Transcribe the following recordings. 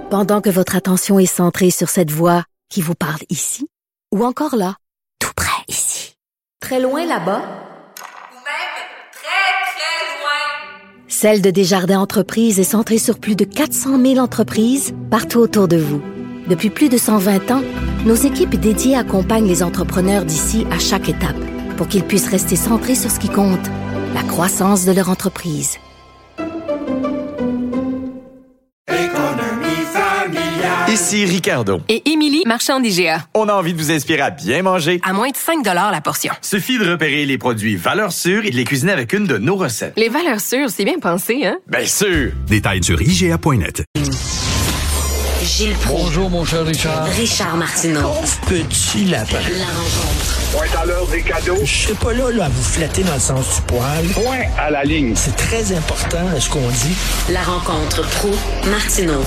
Pendant que votre attention est centrée sur cette voix qui vous parle ici, ou encore là, tout près ici, très loin là-bas, ou même très, très loin. Celle de Desjardins Entreprises est centrée sur plus de 400 000 entreprises partout autour de vous. Depuis plus de 120 ans, nos équipes dédiées accompagnent les entrepreneurs d'ici à chaque étape pour qu'ils puissent rester centrés sur ce qui compte, la croissance de leur entreprise. Ici Ricardo. Et Émilie, marchand d'IGA. On a envie de vous inspirer à bien manger. À moins de 5 $ la portion. Suffit de repérer les produits valeurs sûres et de les cuisiner avec une de nos recettes. Les valeurs sûres, c'est bien pensé, hein? Bien sûr! Détails sur IGA.net. Gilles Proulx. Bonjour, mon cher Richard. Richard Martineau. Petit lapin. La rencontre. Point à l'heure des cadeaux. Je serai pas là à vous flatter dans le sens du poil. Point à la ligne. C'est très important, ce qu'on dit. La rencontre Proulx-Martineau.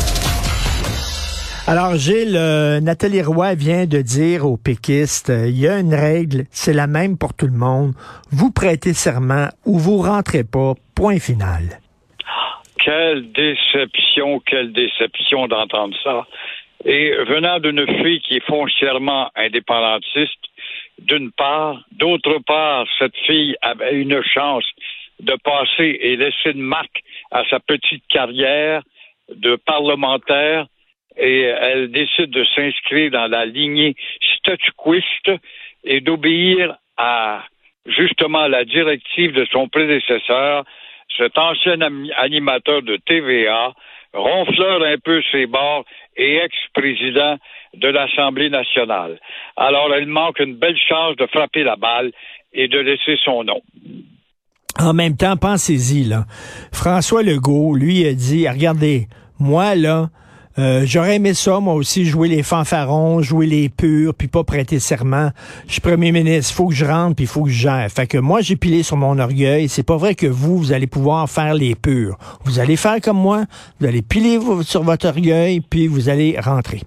Alors, Gilles, Nathalie Roy vient de dire aux péquistes, il y a une règle, c'est la même pour tout le monde. Vous prêtez serment ou vous rentrez pas, point final. Quelle déception d'entendre ça. Et venant d'une fille qui est foncièrement indépendantiste, d'une part. D'autre part, cette fille avait une chance de passer et laisser une marque à sa petite carrière de parlementaire. Et elle décide de s'inscrire dans la lignée statu-quiste et d'obéir à, justement, la directive de son prédécesseur, cet ancien animateur de TVA, ronfleur un peu ses bords et ex-président de l'Assemblée nationale. Alors, elle manque une belle chance de frapper la balle et de laisser son nom. En même temps, pensez-y, là. François Legault, lui, a dit, regardez, moi, là, j'aurais aimé ça, moi aussi, jouer les fanfarons, jouer les purs, puis pas prêter serment. Je suis premier ministre, faut que je rentre, puis il faut que je gère. Fait que moi, j'ai pilé sur mon orgueil. C'est pas vrai que vous allez pouvoir faire les purs. Vous allez faire comme moi, vous allez piler sur votre orgueil, puis vous allez rentrer.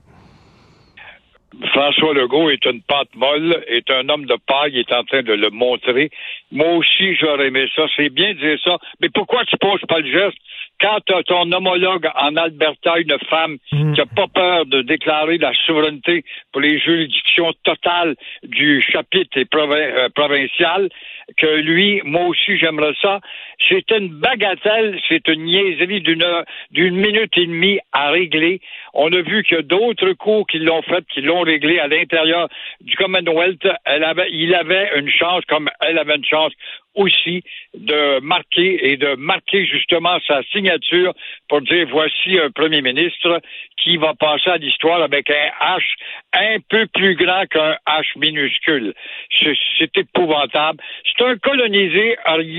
François Legault est une pâte molle, est un homme de paille, est en train de le montrer. Moi aussi, j'aurais aimé ça. C'est bien de dire ça. Mais pourquoi tu poses pas le geste? Quand ton homologue en Alberta, une femme qui n'a pas peur de déclarer la souveraineté pour les juridictions totales du chapitre provincial, que lui, moi aussi, j'aimerais ça. C'est une bagatelle, c'est une niaiserie d'une minute et demie à régler. On a vu que d'autres cours qui l'ont fait, qui l'ont réglé à l'intérieur du Commonwealth, il avait une chance, comme elle avait une chance aussi de marquer justement sa signature pour dire voici un premier ministre qui va passer à l'histoire avec un H un peu plus grand qu'un H minuscule. C'est épouvantable. C'est un colonisé,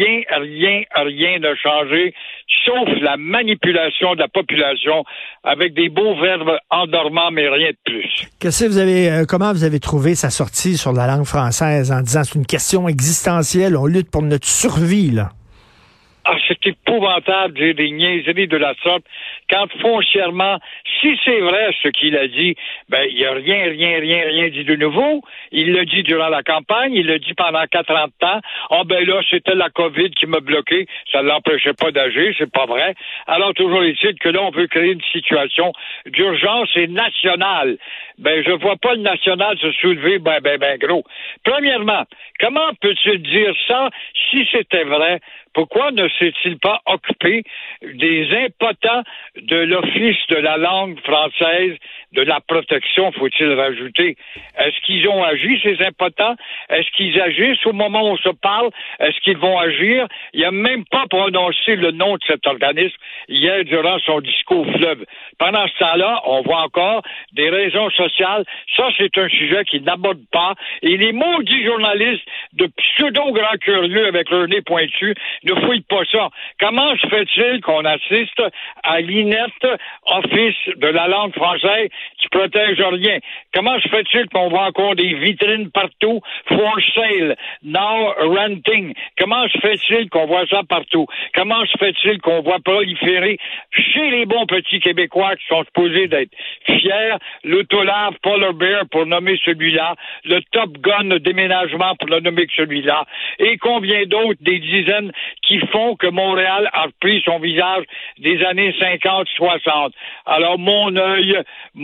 rien n'a changé, sauf la manipulation de la population avec des beaux verbes endormants, mais rien de plus. Comment vous avez trouvé sa sortie sur la langue française en disant c'est une question existentielle, on lutte pour notre survie, là? Ah, c'est épouvantable, j'ai des niaiseries de la sorte. Quand foncièrement, si c'est vrai ce qu'il a dit, ben, il n'y a rien dit de nouveau. Il l'a dit durant la campagne, il l'a dit pendant 4 ans de temps. Ah, ben là, c'était la COVID qui m'a bloqué. Ça ne l'empêchait pas d'agir, c'est pas vrai. Alors, toujours est-il que là, on veut créer une situation d'urgence et nationale. Ben, je vois pas le national se soulever ben gros. Premièrement, comment peut-il dire ça si c'était vrai? Pourquoi ne s'est-il pas occupé des impotents de l'Office de la langue française, de la protection, faut-il rajouter? Est-ce qu'ils ont agi, ces impotents? Est-ce qu'ils agissent au moment où on se parle? Est-ce qu'ils vont agir? Il n'a même pas prononcé le nom de cet organisme hier durant son discours fleuve. Pendant ce temps-là, on voit encore des raisons sociales. Ça, c'est un sujet qu'il n'aborde pas. Et les maudits journalistes de pseudo-grands curieux avec leur nez pointu ne fouillent pas ça. Comment se fait-il qu'on assiste à l'INET, Office de la langue française, qui protège rien? Comment se fait-il qu'on voit encore des vitrines partout, for sale, now renting? Comment se fait-il qu'on voit ça partout? Comment se fait-il qu'on voit proliférer chez les bons petits Québécois qui sont supposés d'être fiers, l'autolave Polar Bear pour nommer celui-là, le Top Gun déménagement pour le nommer que celui-là, et combien d'autres, des dizaines qui font que Montréal a repris son visage des années 50-60. Alors, moi mon œil.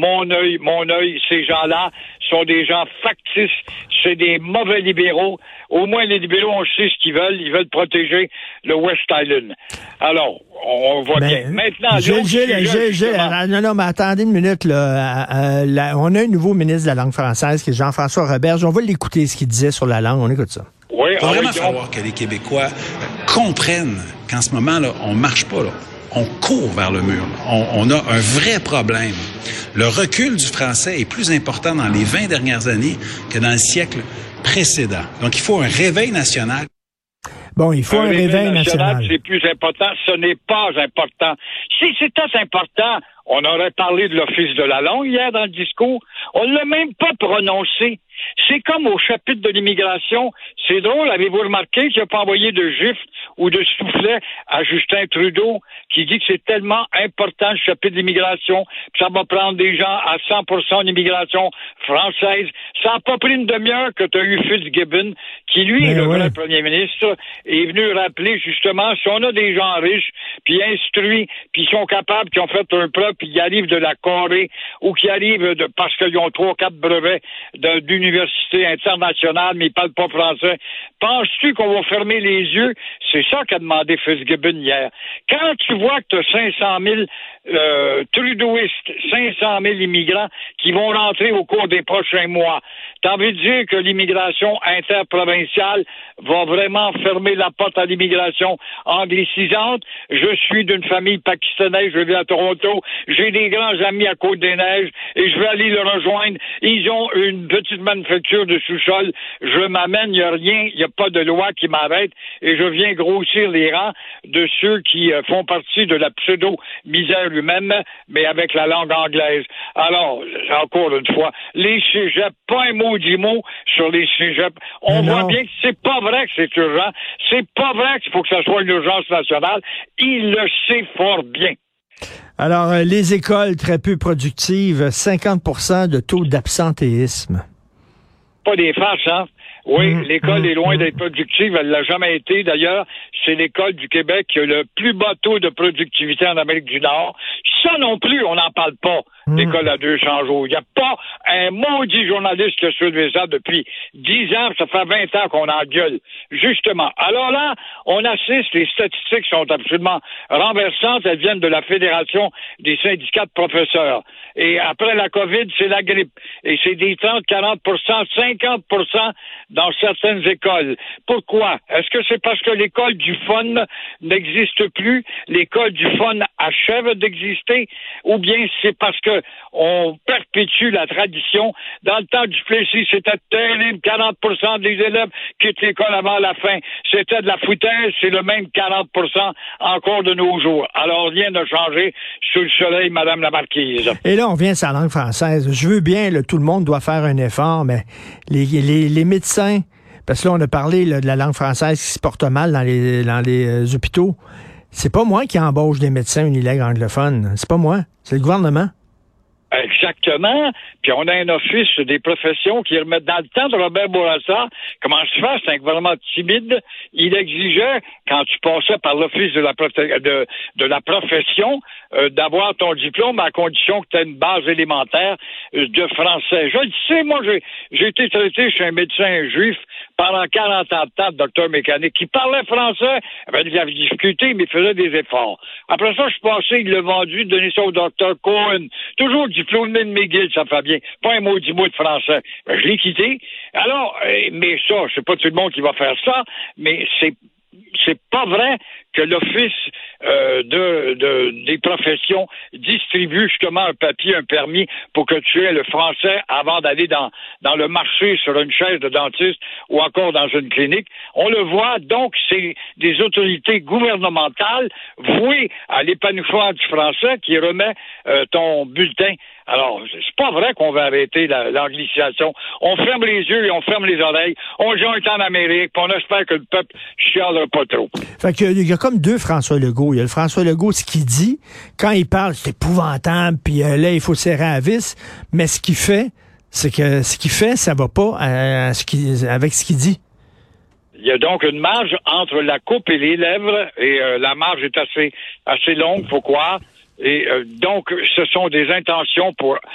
Ces gens-là sont des gens factices, c'est des mauvais libéraux. Au moins, les libéraux, on sait ce qu'ils veulent. Ils veulent protéger le West Island. Alors, on voit bien. Maintenant, non, mais attendez une minute, là. On a un nouveau ministre de la langue française, qui est Jean-François Roberge. On va l'écouter, ce qu'il disait sur la langue. On écoute ça. Oui, il va vraiment falloir que les Québécois comprennent qu'en ce moment, là, on marche pas, là. On court vers le mur. On a un vrai problème. Le recul du français est plus important dans les 20 dernières années que dans le siècle précédent. Donc, il faut un réveil national. Bon, il faut un réveil national. C'est plus important. Ce n'est pas important. Si c'était important, on aurait parlé de l'Office de la langue hier dans le discours. On ne l'a même pas prononcé. C'est comme au chapitre de l'immigration. C'est drôle, avez-vous remarqué qu'il n'a pas envoyé de gifle ou de soufflet à Justin Trudeau qui dit que c'est tellement important le chapitre de l'immigration, que ça va prendre des gens à 100% d'immigration française. Ça n'a pas pris une demi-heure que tu as eu Fitzgibbon, qui lui, le vrai premier ministre, est venu rappeler justement si on a des gens riches, puis instruits, puis qui sont capables, qui ont fait un preuve, puis qui arrivent de la Corée, ou qui arrivent parce qu'ils ont 3-4 brevets d'université internationale, mais ils parlent pas français. Penses-tu qu'on va fermer les yeux? C'est ça qu'a demandé Fitzgibbon hier. Quand tu vois que tu as 500 000 trudeauistes, 500 000 immigrants qui vont rentrer au cours des prochains mois, t'as envie de dire que l'immigration interprovinciale va vraiment fermer la porte à l'immigration anglicisante? Je suis d'une famille pakistanaise, je vis à Toronto, j'ai des grands amis à Côte-des-Neiges et je vais aller le rejoindre. Ils ont une petite manufacture de sous-sol. Je m'amène, il n'y a rien, il n'y a pas de loi qui m'arrête et je viens grossir les rangs de ceux qui font partie de la pseudo-misère humaine, mais avec la langue anglaise. Alors, encore une fois, les cégeps, pas un maudit mot sur les cégeps. On voit bien que c'est pas vrai que c'est urgent. C'est pas vrai qu'il faut que ça soit une urgence nationale. Il le sait fort bien. Alors, les écoles très peu productives, 50% de taux d'absentéisme. Pas des farces, hein? Oui, l'école est loin d'être productive. Elle l'a jamais été. D'ailleurs, c'est l'école du Québec qui a le plus bas taux de productivité en Amérique du Nord. Ça non plus, on n'en parle pas. L'école à 200 jours. Il n'y a pas un maudit journaliste qui a soulevé ça depuis 10 ans. Ça fait 20 ans qu'on en gueule. Justement. Alors là, on assiste. Les statistiques sont absolument renversantes. Elles viennent de la Fédération des syndicats de professeurs. Et après la COVID, c'est la grippe. Et c'est des 30, 40%, 50% dans certaines écoles. Pourquoi? Est-ce que c'est parce que l'école du fun n'existe plus? L'école du fun achève d'exister? Ou bien c'est parce que on perpétue la tradition? Dans le temps du Plessis, c'était terrible. 40% des élèves quittent l'école avant la fin. C'était de la foutaise. C'est le même 40% encore de nos jours. Alors, rien n'a changé sous le soleil, Madame la Marquise. Et là, on vient sur la langue française. Je veux bien, là, tout le monde doit faire un effort, mais les médecins, parce que là, on a parlé là, de la langue française qui se porte mal dans les hôpitaux. C'est pas moi qui embauche des médecins unilingues anglophones. C'est pas moi. C'est le gouvernement. Exactement. Puis on a un office des professions qui remet dans le temps de Robert Bourassa. Comment se fait? C'est un gouvernement timide. Il exigeait, quand tu passais par l'office de la profession, d'avoir ton diplôme à condition que tu aies une base élémentaire de français. Je le sais, moi, j'ai été traité chez un médecin juif pendant 40 ans de temps, docteur mécanique, qui parlait français, avait des difficultés, mais faisait des efforts. Après ça, je suis passé, il l'a vendu, donné ça au docteur Cohen. Toujours diplômé de McGill, ça fait bien. Pas un maudit mot de français. Ben, je l'ai quitté. Alors, mais ça, c'est pas tout le monde qui va faire ça, mais c'est pas vrai que l'Office des professions distribue justement un papier, un permis pour que tu aies le français avant d'aller dans le marché sur une chaise de dentiste ou encore dans une clinique. On le voit, donc, c'est des autorités gouvernementales vouées à l'épanouissement du français qui remet ton bulletin. Alors, c'est pas vrai qu'on va arrêter l'anglicisation. On ferme les yeux et on ferme les oreilles. On joint en Amérique, puis on espère que le peuple chialera pas trop. Fait que il y a comme deux François Legault. Il y a le François Legault, ce qu'il dit, quand il parle, c'est épouvantable, puis là, il faut serrer à vis. Mais ce qu'il fait, ça va pas avec ce qu'il dit. Il y a donc une marge entre la coupe et les lèvres, et la marge est assez longue, faut croire. Et donc, ce sont des intentions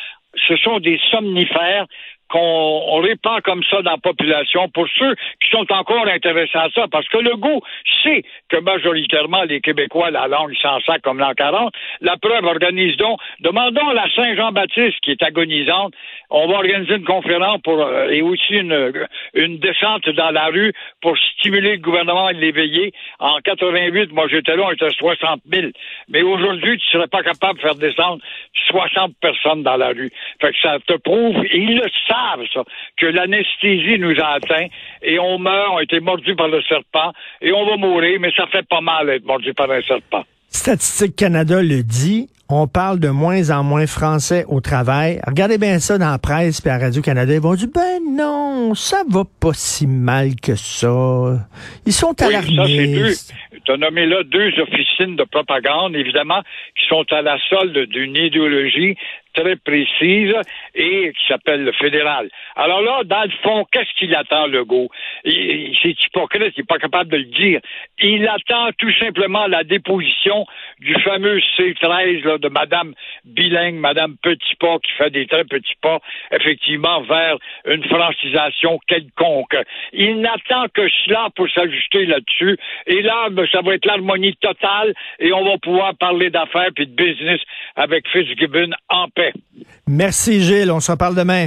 ce sont des somnifères qu'on répand comme ça dans la population pour ceux qui sont encore intéressés à ça, parce que Legault sait que majoritairement les Québécois, la langue s'en sac comme l'an 40. La preuve, organise donc, demandons à la Saint-Jean-Baptiste qui est agonisante, on va organiser une conférence et aussi une descente dans la rue pour stimuler le gouvernement à l'éveiller. En 88, moi j'étais là, on était 60 000. Mais aujourd'hui, tu serais pas capable de faire descendre 60 personnes dans la rue. Fait que ça te prouve, et ils le savent, ça, que l'anesthésie nous a atteint et on meurt, on a été mordu par le serpent et on va mourir, mais ça fait pas mal d'être mordu par un serpent. Statistique Canada le dit, on parle de moins en moins français au travail. Regardez bien ça dans la presse puis à Radio-Canada. Ils vont dire, ben non, ça va pas si mal que ça. Ils sont alarmistes. Tu as nommé là 2 officines de propagande, évidemment, qui sont à la solde d'une idéologie très précise et qui s'appelle le fédéral. Alors là, dans le fond, qu'est-ce qu'il attend, Legault? C'est hypocrite, il n'est pas capable de le dire. Il attend tout simplement la déposition du fameux C13 là, de Mme Bilingue, Mme Petitpas, qui fait des très petits pas, effectivement, vers une francisation quelconque. Il n'attend que cela pour s'ajuster là-dessus. Et là, ça va être l'harmonie totale et on va pouvoir parler d'affaires puis de business avec Fitzgibbon en paix. Merci Gilles, on se reparle demain.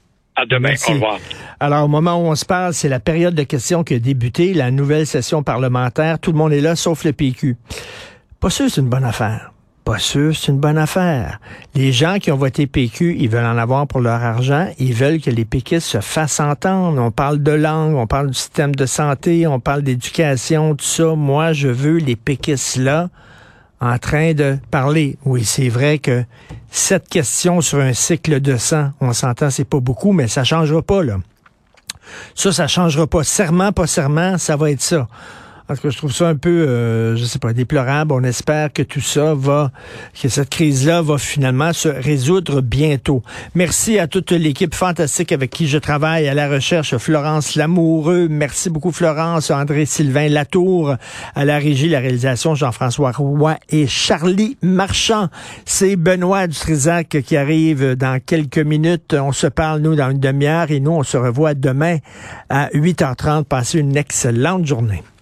À demain, Merci. Au revoir. Alors, au moment où on se parle, c'est la période de questions qui a débuté, la nouvelle session parlementaire. Tout le monde est là, sauf le PQ. Pas sûr c'est une bonne affaire. Pas sûr c'est une bonne affaire. Les gens qui ont voté PQ, ils veulent en avoir pour leur argent. Ils veulent que les péquistes se fassent entendre. On parle de langue, on parle du système de santé, on parle d'éducation, tout ça. Moi, je veux les péquistes là en train de parler. Oui, c'est vrai que 7 questions sur un cycle de 100, on s'entend, c'est pas beaucoup, mais ça changera pas, là. Ça changera pas. Serment, pas serment, ça va être ça. En tout cas, je trouve ça un peu, je sais pas, déplorable. On espère que tout ça que cette crise-là va finalement se résoudre bientôt. Merci à toute l'équipe fantastique avec qui je travaille à la recherche. Florence Lamoureux. Merci beaucoup, Florence. André-Sylvain Latour. À la régie, la réalisation, Jean-François Roy et Charlie Marchand. C'est Benoît Dutrisac qui arrive dans quelques minutes. On se parle, nous, dans une demi-heure et nous, on se revoit demain à 8h30. Passez une excellente journée.